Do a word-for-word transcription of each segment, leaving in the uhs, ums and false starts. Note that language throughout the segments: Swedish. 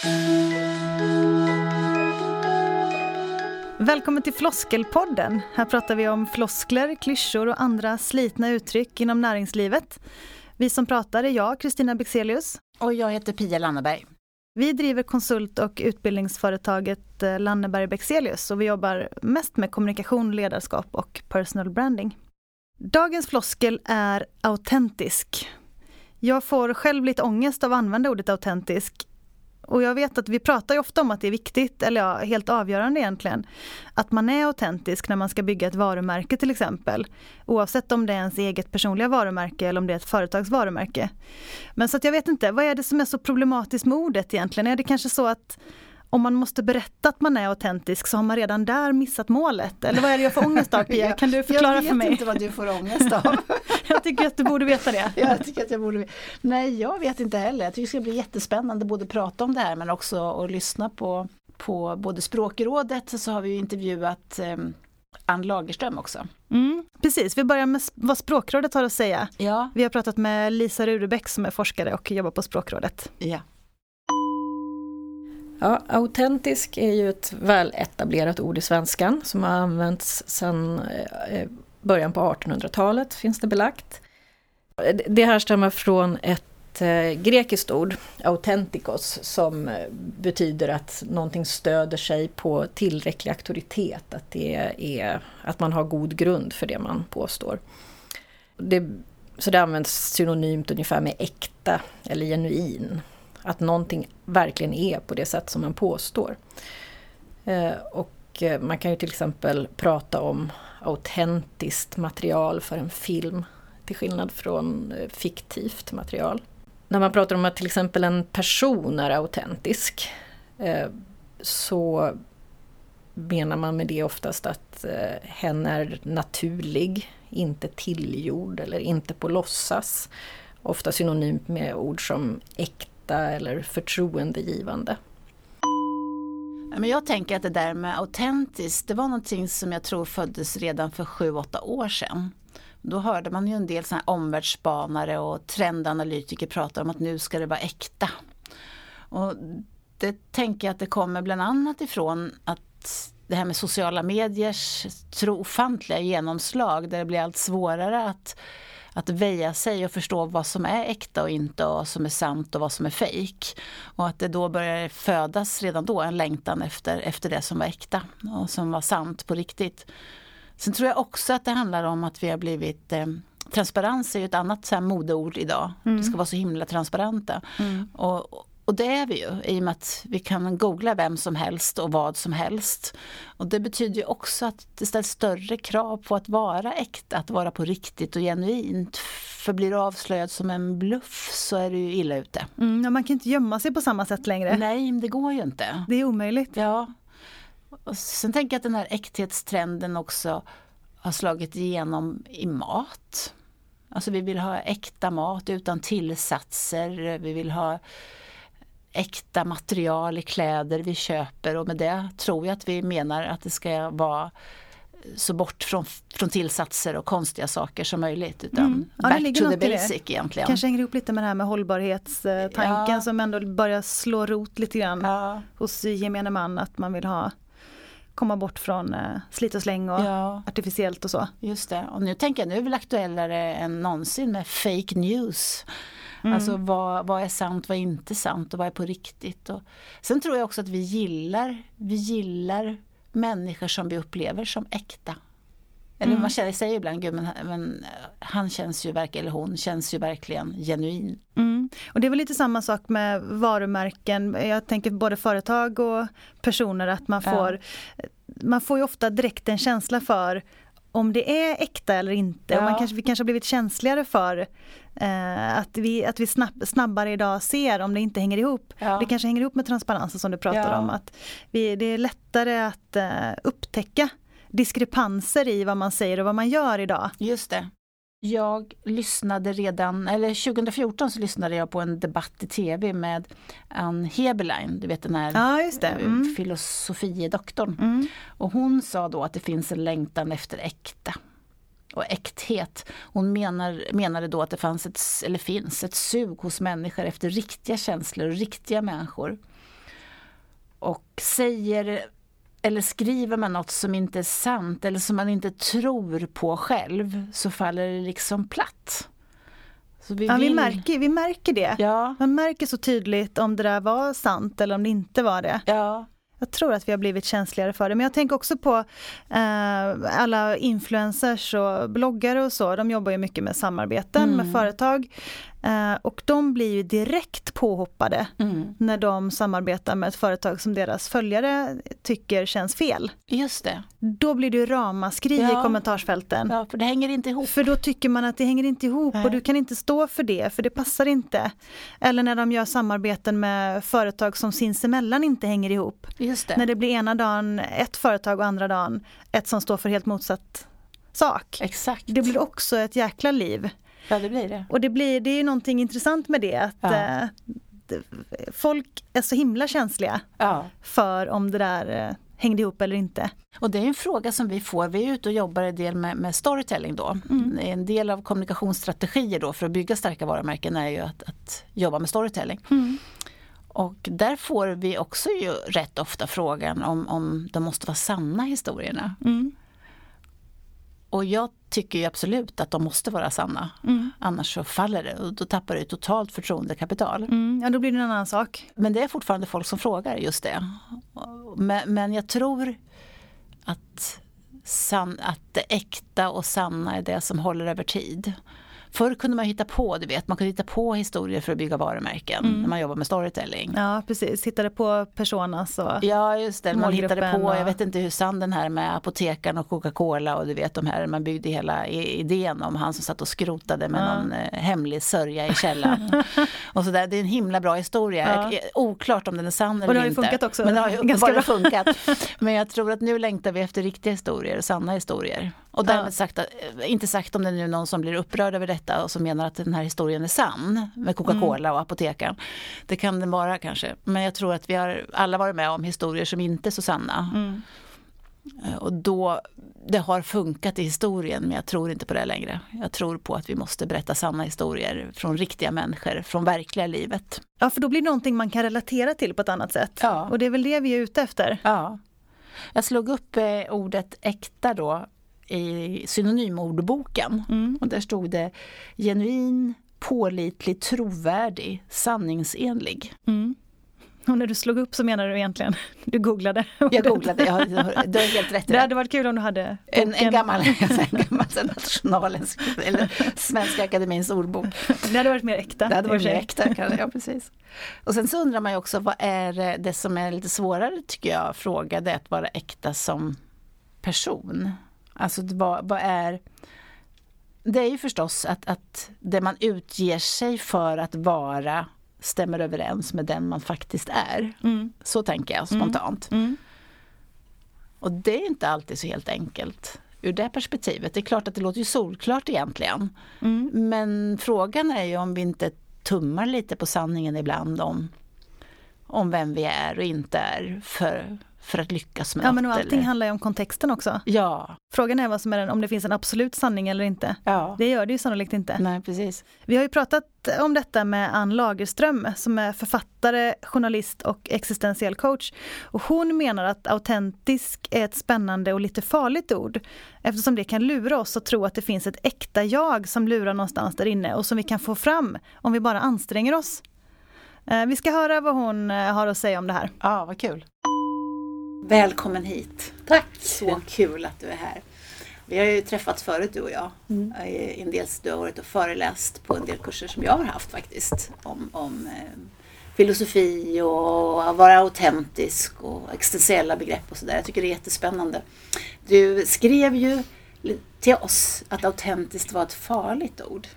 Välkommen till Floskelpodden. Här pratar vi om floskler, klyschor och andra slitna uttryck inom näringslivet. Vi som pratar är jag, Kristina Bexelius. Och jag heter Pia Lanneberg. Vi driver konsult- och utbildningsföretaget Lanneberg Bexelius och vi jobbar mest med kommunikation, ledarskap och personal branding. Dagens floskel är autentisk. Jag får själv lite ångest av att använda ordet autentisk. Och jag vet att vi pratar ju ofta om att det är viktigt, eller ja, helt avgörande egentligen, att man är autentisk när man ska bygga ett varumärke till exempel. Oavsett om det är ens eget personliga varumärke eller om det är ett företags varumärke. Men så att jag vet inte, vad är det som är så problematiskt med ordet egentligen? Är det kanske så att om man måste berätta att man är autentisk så har man redan där missat målet? Eller vad är det jag får ångest av, Pia? Kan du förklara för mig? Jag vet inte vad du får ångest av. Jag tycker att du borde veta det. Jag tycker att jag borde veta. Nej, jag vet inte heller. Jag tycker det ska bli jättespännande både att prata om det här men också att lyssna på, på både Språkrådet, så har vi ju intervjuat eh, Ann Lagerström också. Mm, precis, vi börjar med vad Språkrådet har att säga. Ja. Vi har pratat med Lisa Rudebeck som är forskare och jobbar på Språkrådet. Ja. Ja, autentisk är ju ett väl etablerat ord i svenskan som har använts sedan eh, början på artonhundratalet, finns det belagt. Det här stämmer från ett eh, grekiskt ord, autentikos, som betyder att någonting stöder sig på tillräcklig auktoritet, att, det är, att man har god grund för det man påstår. Det, så det används synonymt ungefär med äkta eller genuin. Att någonting verkligen är på det sätt som man påstår. Eh, och man kan ju till exempel prata om autentiskt material för en film till skillnad från eh, fiktivt material. När man pratar om att till exempel en person är autentisk eh, så menar man med det oftast att eh, hen är naturlig, inte tillgjord eller inte på låtsas. Ofta synonymt med ord som äkta eller förtroendegivande. Men jag tänker att det där med autentiskt, det var någonting som jag tror föddes redan för sju, åtta år sedan. Då hörde man ju en del såna här omvärldsspanare och trendanalytiker prata om att nu ska det vara äkta. Och det tänker jag att det kommer bland annat ifrån att det här med sociala mediers tro ofantliga genomslag där det blir allt svårare att Att väja sig och förstå vad som är äkta och inte och vad som är sant och vad som är fejk. Och att det då börjar födas redan då en längtan efter, efter det som var äkta och som var sant på riktigt. Sen tror jag också att det handlar om att vi har blivit... Eh, transparens är ju ett annat så här modeord idag. Mm. Det ska vara så himla transparenta. Mm. Och, och det är vi ju i och med att vi kan googla vem som helst och vad som helst. Och det betyder ju också att det ställs större krav på att vara äkta, att vara på riktigt och genuint. För blir du avslöjad som en bluff så är du ju illa ute. Mm, ja, man kan inte gömma sig på samma sätt längre. Nej, det går ju inte. Det är omöjligt. Ja. Och sen tänker jag att den här äkthetstrenden också har slagit igenom i mat. Alltså vi vill ha äkta mat utan tillsatser. Vi vill ha äkta material i kläder vi köper och med det tror jag att vi menar att det ska vara så bort från, från tillsatser och konstiga saker som möjligt utan mm. ja, back to the basic egentligen. Kanske hänger ihop lite med det här med hållbarhetstanken ja. Som ändå börjar slå rot lite grann ja. Hos gemene man att man vill ha komma bort från eh, slit och släng och ja. Artificiellt och så. Just det, och nu tänker jag nu är väl aktuellare än någonsin med fake news. Mm. Alltså vad, vad är sant, vad är inte sant och vad är på riktigt. Och sen tror jag också att vi gillar, vi gillar människor som vi upplever som äkta. Eller mm. man känner, säger ibland, gud men, men han känns ju verkligen, eller hon känns ju verkligen genuin. Mm. Och det är väl lite samma sak med varumärken. Jag tänker både företag och personer att man får, ja. man får ju ofta direkt en känsla för om det är äkta eller inte. Ja. Och man kanske, vi kanske har blivit känsligare för eh, att vi, att vi snabb, snabbare idag ser om det inte hänger ihop. Ja. Det kanske hänger ihop med transparensen som du pratar ja. Om. Att vi, det är lättare att eh, upptäcka diskrepanser i vad man säger och vad man gör idag. Just det. Jag lyssnade redan, eller tjugo fjorton så lyssnade jag på en debatt i tv med Ann Heberlein, du vet den här ja, just det. Mm. filosofiedoktorn. Mm. Och hon sa då att det finns en längtan efter äkta och äkthet. Hon menar, menade då att det fanns ett, eller finns ett sug hos människor efter riktiga känslor och riktiga människor. och säger eller skriver man något som inte är sant eller som man inte tror på själv, så faller det liksom platt. Så vi, ja, vill... vi, märker, vi märker det. Ja. Man märker så tydligt om det där var sant eller om det inte var det. Ja. Jag tror att vi har blivit känsligare för det. Men jag tänker också på eh, alla influencers och bloggare och så. De jobbar ju mycket med samarbeten mm. med företag. Eh, och de blir ju direkt påhoppade mm. när de samarbetar med ett företag som deras följare tycker känns fel. Just det. Då blir det ju ramaskri ja. i kommentarsfälten. Ja, för det hänger inte ihop. För då tycker man att det hänger inte ihop. Nej. Och du kan inte stå för det, för det passar inte. Eller när de gör samarbeten med företag som sinsemellan inte hänger ihop. Just det. När det blir ena dagen ett företag och andra dagen ett som står för helt motsatt sak. Exakt. Det blir också ett jäkla liv. Ja, det blir det. Och det blir det är ju någonting intressant med det, att ja. eh, folk är så himla känsliga ja. för om det där eh, hängde ihop eller inte. Och det är en fråga som vi får. Vi är ute och jobbar en del med, med storytelling då. Mm. En del av kommunikationsstrategier då för att bygga starka varumärken är ju att, att jobba med storytelling. Mm. Och där får vi också ju rätt ofta frågan om, om de måste vara sanna historierna. Mm. Och jag tycker ju absolut att de måste vara sanna. Mm. Annars så faller det och då tappar du totalt förtroendekapital. Mm. Ja, då blir det en annan sak. Men det är fortfarande folk som frågar just det. Men, men jag tror att, san, att det äkta och sanna är det som håller över tid. Förr kunde man hitta på, du vet, man kunde hitta på historier för att bygga varumärken mm. när man jobbar med storytelling. Ja, precis. Hittade på personas och ja, just det. Man hittade på, och... jag vet inte hur sann den här med apotekaren och Coca-Cola och du vet de här, man byggde hela idén om han som satt och skrotade med ja. någon eh, hemlig sörja i källaren. och så där, det är en himla bra historia. Ja. Oklart om den är sann eller inte. Och det har ju funkat också. Men det har ju ganska bra funkat. Men jag tror att nu längtar vi efter riktiga historier, sanna historier. Och därmed ja. sagt, inte sagt om det är nu någon som blir upprörd över detta och som menar att den här historien är sann med Coca-Cola mm. och apotekaren. Det kan den vara kanske. Men jag tror att vi har alla varit med om historier som inte är så sanna. Mm. Och då, det har funkat i historien, men jag tror inte på det längre. Jag tror på att vi måste berätta sanna historier från riktiga människor, från verkliga livet. Ja, för då blir det någonting man kan relatera till på ett annat sätt. Ja. Och det är väl det vi är ute efter. Ja. Jag slog upp eh, ordet äkta då i synonymordboken mm. och där stod det genuin, pålitlig, trovärdig, sanningsenlig. Mm. Och när du slog upp så menar du egentligen, du googlade. Jag googlade, ja, du har helt rätt. Det hade varit kul om du hade en, en gammal, en gammal nationalens eller Svenska Akademins ordbok. Det hade varit mer äkta. Det hade varit mer äkta, kanske, ja precis. Och sen så undrar man ju också, vad är det som är lite svårare tycker jag, fråga det att vara äkta som person. Alltså vad, vad är det är ju förstås att, att det man utger sig för att vara stämmer överens med den man faktiskt är. Mm. Så tänker jag spontant. Mm. Mm. Och det är inte alltid så helt enkelt ur det perspektivet. Det är klart att det låter ju solklart egentligen. Mm. Men frågan är ju om vi inte tummar lite på sanningen ibland om, om vem vi är och inte är för för att lyckas med ja, något. Men och allting eller? handlar ju om kontexten också. Ja. Frågan är vad som är den, om det finns en absolut sanning eller inte. Ja. Det gör det ju sannolikt inte. Nej, precis. Vi har ju pratat om detta med Ann Lagerström som är författare, journalist och existentiell coach. Och hon menar att autentisk är ett spännande och lite farligt ord. Eftersom det kan lura oss att tro att det finns ett äkta jag som lurar någonstans där inne och som vi kan få fram om vi bara anstränger oss. Vi ska höra vad hon har att säga om det här. Ja, vad kul. Välkommen hit. Tack. Så kul att du är här. Vi har ju träffats förut du och jag. Mm. En del, du har varit och föreläst på en del kurser som jag har haft faktiskt. Om, om eh, filosofi och att vara autentisk och existentiella begrepp och sådär. Jag tycker det är jättespännande. Du skrev ju till oss att autentiskt var ett farligt ord.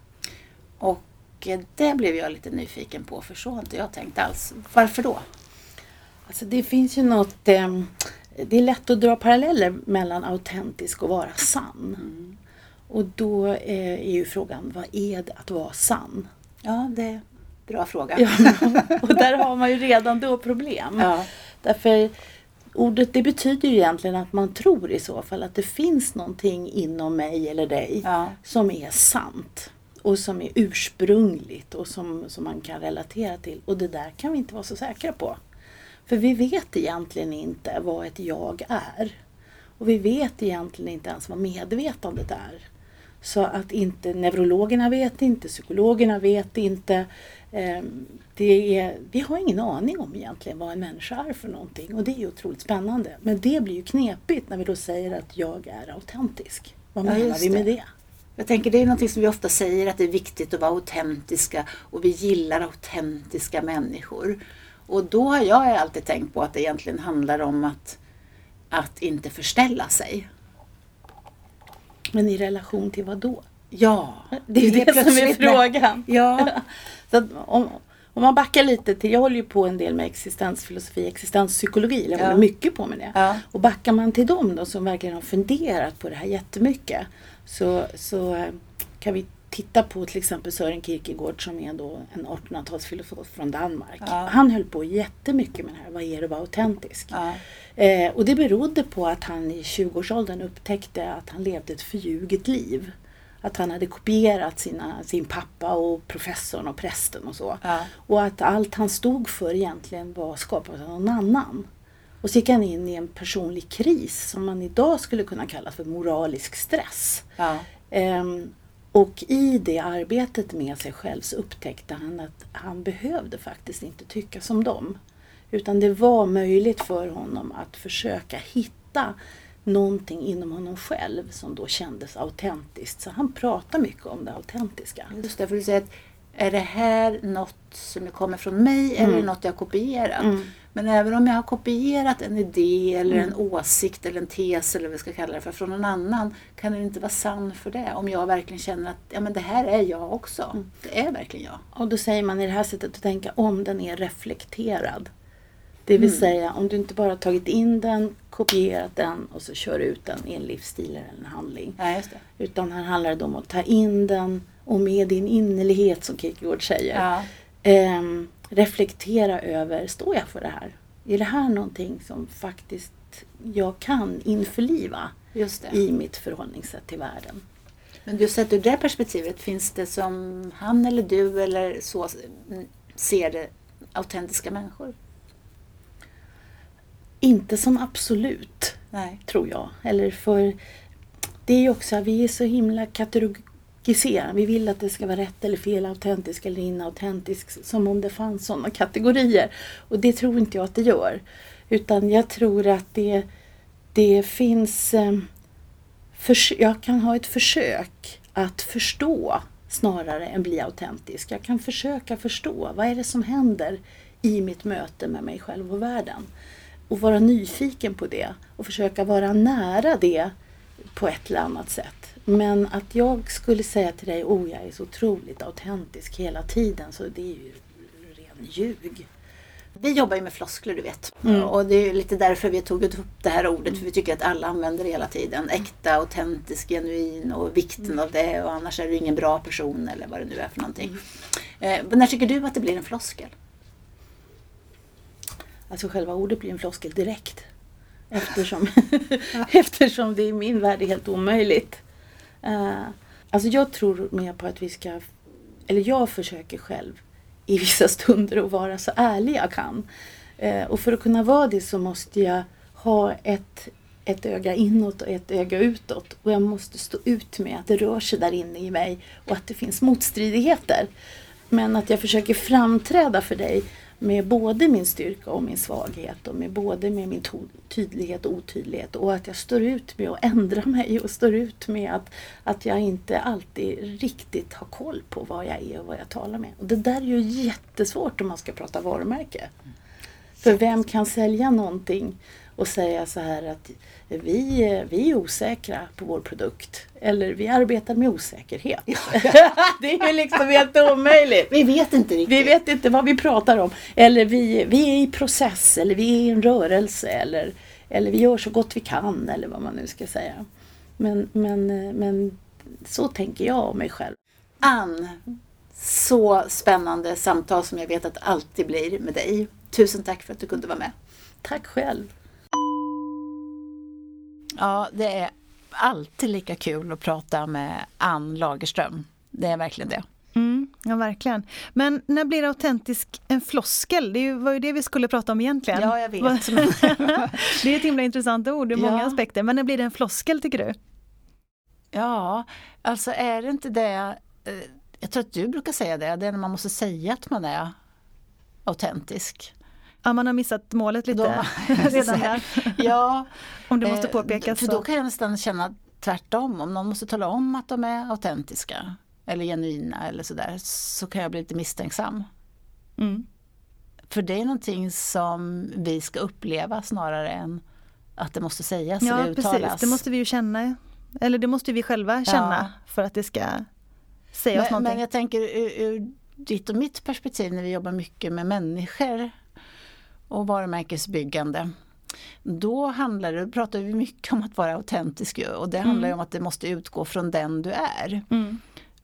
Och det blev jag lite nyfiken på, för så har inte jag tänkt alls. Varför då? Alltså det finns ju något, eh, det är lätt att dra paralleller mellan autentisk och vara sann. Mm. Och då eh, är ju frågan, vad är det att vara sann? Ja, det är en bra fråga. Ja, och där har man ju redan då problem. Ja. Därför ordet, det betyder ju egentligen att man tror i så fall att det finns någonting inom mig eller dig ja. som är sant. Och som är ursprungligt och som, som man kan relatera till. Och det där kan vi inte vara så säkra på. För vi vet egentligen inte vad ett jag är. Och vi vet egentligen inte ens vad medvetandet är. Så att inte neurologerna vet inte, psykologerna vet inte. Eh, det är, vi har ingen aning om egentligen vad en människa är för någonting. Och det är ju otroligt spännande. Men det blir ju knepigt när vi då säger att jag är autentisk. Vad ja, menar vi med det? Jag tänker det är något som vi ofta säger, att det är viktigt att vara autentiska. Och vi gillar autentiska människor. Och då har jag alltid tänkt på att det egentligen handlar om att, att inte förställa sig. Men i relation till vad då? Ja, det är det, det som är frågan. Ja. Så att om, om man backar lite till, jag håller ju på en del med existensfilosofi, existenspsykologi, jag håller ja. mycket på med det. Ja. Och backar man till dem då som verkligen har funderat på det här jättemycket, så, så kan vi titta på till exempel Søren Kierkegaard som är då en artonhundratalsfilosof från Danmark. Ja. Han höll på jättemycket med det här, vad är det att vara autentisk? Ja. Eh, och det berodde på att han i tjugoårsåldern upptäckte att han levde ett förljuget liv. Att han hade kopierat sina, sin pappa och professorn och prästen och så. Ja. Och att allt han stod för egentligen var skapat av någon annan. Och så gick han in i en personlig kris som man idag skulle kunna kalla för moralisk stress. Ja. Eh, och i det arbetet med sig själv så upptäckte han att han behövde faktiskt inte tycka som dem. Utan det var möjligt för honom att försöka hitta någonting inom honom själv som då kändes autentiskt. Så han pratar mycket om det autentiska. Just det, för du säger att är det här något som kommer från mig mm. eller något jag har kopierat? Mm. Men även om jag har kopierat en idé eller mm. en åsikt eller en tes eller vad vi ska kalla det för från någon annan, kan det inte vara sann för det. Om jag verkligen känner att ja, men det här är jag också. Mm. Det är verkligen jag. Och då säger man i det här sättet att tänka om den är reflekterad. Det vill mm. säga om du inte bara tagit in den, kopierat den och så kör ut den i en livsstil eller en handling. Ja, just det. Utan här handlar det om att ta in den och med din innerlighet som Kierkegaard säger. Ja. Eh, reflektera över, står jag för det här? Är det här någonting som faktiskt jag kan införliva just det. I mitt förhållningssätt till världen? Men just sett ur det perspektivet, finns det som han eller du eller så ser det autentiska människor? Inte som absolut, nej. Tror jag. Eller för det är ju också att vi är så himla kategoriserade. Vi vill att det ska vara rätt eller fel, autentisk eller inautentisk. Som om det fanns sådana kategorier. Och det tror inte jag att det gör. Utan jag tror att det, det finns... Eh, för, jag kan ha ett försök att förstå snarare än bli autentisk. Jag kan försöka förstå vad är det som händer i mitt möte med mig själv och världen. Och vara nyfiken på det. Och försöka vara nära det på ett eller annat sätt. Men att jag skulle säga till dig, oh jag är så otroligt autentisk hela tiden. Så det är ju ren ljug. Vi jobbar ju med floskler, du vet. Mm. Och det är lite därför vi tog upp det här ordet. Mm. För vi tycker att alla använder det hela tiden. Äkta, autentisk, genuin och vikten mm. av det. Och annars är du ingen bra person eller vad det nu är för någonting. Mm. Eh, när tycker du att det blir en floskel? Alltså själva ordet blir en floskel direkt. Eftersom, eftersom det i min värld är helt omöjligt. Uh, alltså jag tror mer på att vi ska, eller jag försöker själv i vissa stunder att vara så ärlig jag kan. Uh, och för att kunna vara det så måste jag ha ett, ett öga inåt och ett öga utåt. Och jag måste stå ut med att det rör sig där inne i mig och att det finns motstridigheter. Men att jag försöker framträda för dig med både min styrka och min svaghet och med både med min tydlighet och otydlighet och att jag står ut med att ändra mig och står ut med att, att jag inte alltid riktigt har koll på vad jag är och vad jag talar med. Och det där är ju jättesvårt om man ska prata varumärke. För vem kan sälja någonting och säga så här att vi, vi är osäkra på vår produkt. Eller vi arbetar med osäkerhet. Ja, ja. Det är ju liksom helt omöjligt. Vi vet inte riktigt. Vi vet inte vad vi pratar om. Eller vi, vi är i process. Eller vi är i en rörelse. Eller, eller vi gör så gott vi kan. Eller vad man nu ska säga. Men, men, men så tänker jag om mig själv. Ann, så spännande samtal som jag vet att det alltid blir med dig. Tusen tack för att du kunde vara med. Tack själv. Ja, det är alltid lika kul att prata med Ann Lagerström. Det är verkligen det. Mm. Ja, verkligen. Men när blir autentisk en floskel? Det var ju det vi skulle prata om egentligen. Ja, jag vet. Det är ett himla intressant ord, det är många ja. aspekter. Men när blir det en floskel, tycker du? Ja, alltså är det inte det... Jag tror att du brukar säga det. Det är när man måste säga att man är autentisk. Ja, man har missat målet lite Då, redan där. Ja. Om det måste påpekas. För så. då kan jag nästan känna tvärtom. Om någon måste tala om att de är autentiska eller genuina eller sådär, så kan jag bli lite misstänksam. Mm. För det är någonting som vi ska uppleva snarare än att det måste sägas ja, eller uttalas. Precis. Det måste vi ju känna. Eller det måste vi själva känna ja. för att det ska säga men, oss någonting. Men jag tänker ur, ur ditt och mitt perspektiv när vi jobbar mycket med människor och varumärkesbyggande. Då handlar det, pratar vi mycket om att vara autentisk och det handlar mm. om att det måste utgå från den du är. Mm.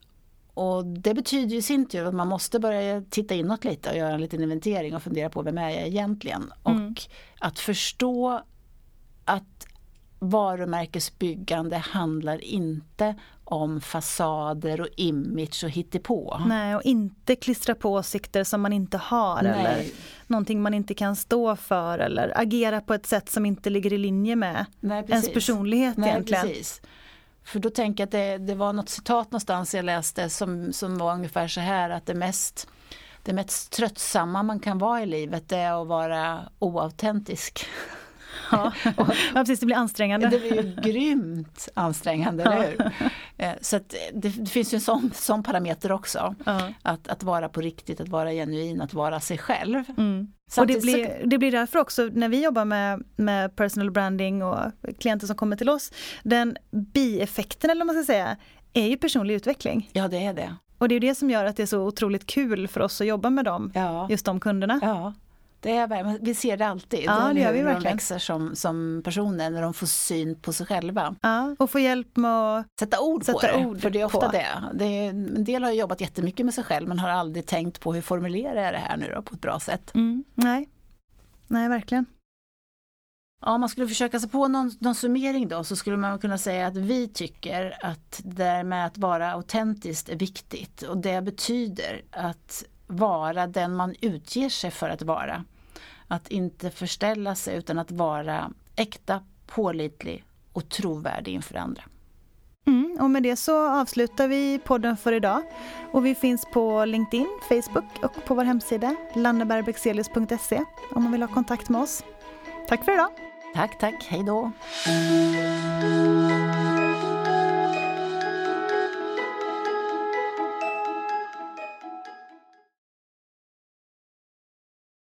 Och det betyder ju i sin tur att man måste börja titta inåt lite och göra en liten inventering och fundera på vem är jag egentligen. Mm. Och att förstå att varumärkesbyggande handlar inte om fasader och image och hittepå. Nej, och inte klistra på åsikter som man inte har. Nej. Eller någonting man inte kan stå för eller agera på ett sätt som inte ligger i linje med Nej, ens personlighet Nej, egentligen. Precis. För då tänker jag att det, det var något citat någonstans jag läste som, som var ungefär så här att det mest, det mest tröttsamma man kan vara i livet det är att vara oautentisk. Ja, ja, precis, det blir ansträngande. Det blir ju grymt ansträngande, eller hur? Så att det, det finns ju en sån, sån parameter också. Ja. Att, att vara på riktigt, att vara genuin, att vara sig själv. Mm. Och det blir, det blir därför också när vi jobbar med, med personal branding och klienter som kommer till oss, den bieffekten eller vad man ska säga är ju personlig utveckling. Ja, det är det. Och det är ju det som gör att det är så otroligt kul för oss att jobba med dem, ja. just de kunderna. Ja. Det är, vi ser det alltid. Ja, det gör vi hur verkligen. De växer som, som personer när de får syn på sig själva. Ja, och få hjälp med att sätta ord sätta på det. Ord för det är ofta på. det. det är, en del har jobbat jättemycket med sig själv men har aldrig tänkt på hur formulerar jag det här nu då på ett bra sätt. Mm, nej. nej, verkligen. Ja, om man skulle försöka sig på någon, någon summering då så skulle man kunna säga att vi tycker att det där med att vara autentiskt är viktigt. Och det betyder att vara den man utger sig för att vara. Att inte förställa sig utan att vara äkta, pålitlig och trovärdig inför andra. Mm, och med det så avslutar vi podden för idag. Och vi finns på LinkedIn, Facebook och på vår hemsida lannebergbexelius punkt se om man vill ha kontakt med oss. Tack för idag! Tack, tack. Hej då!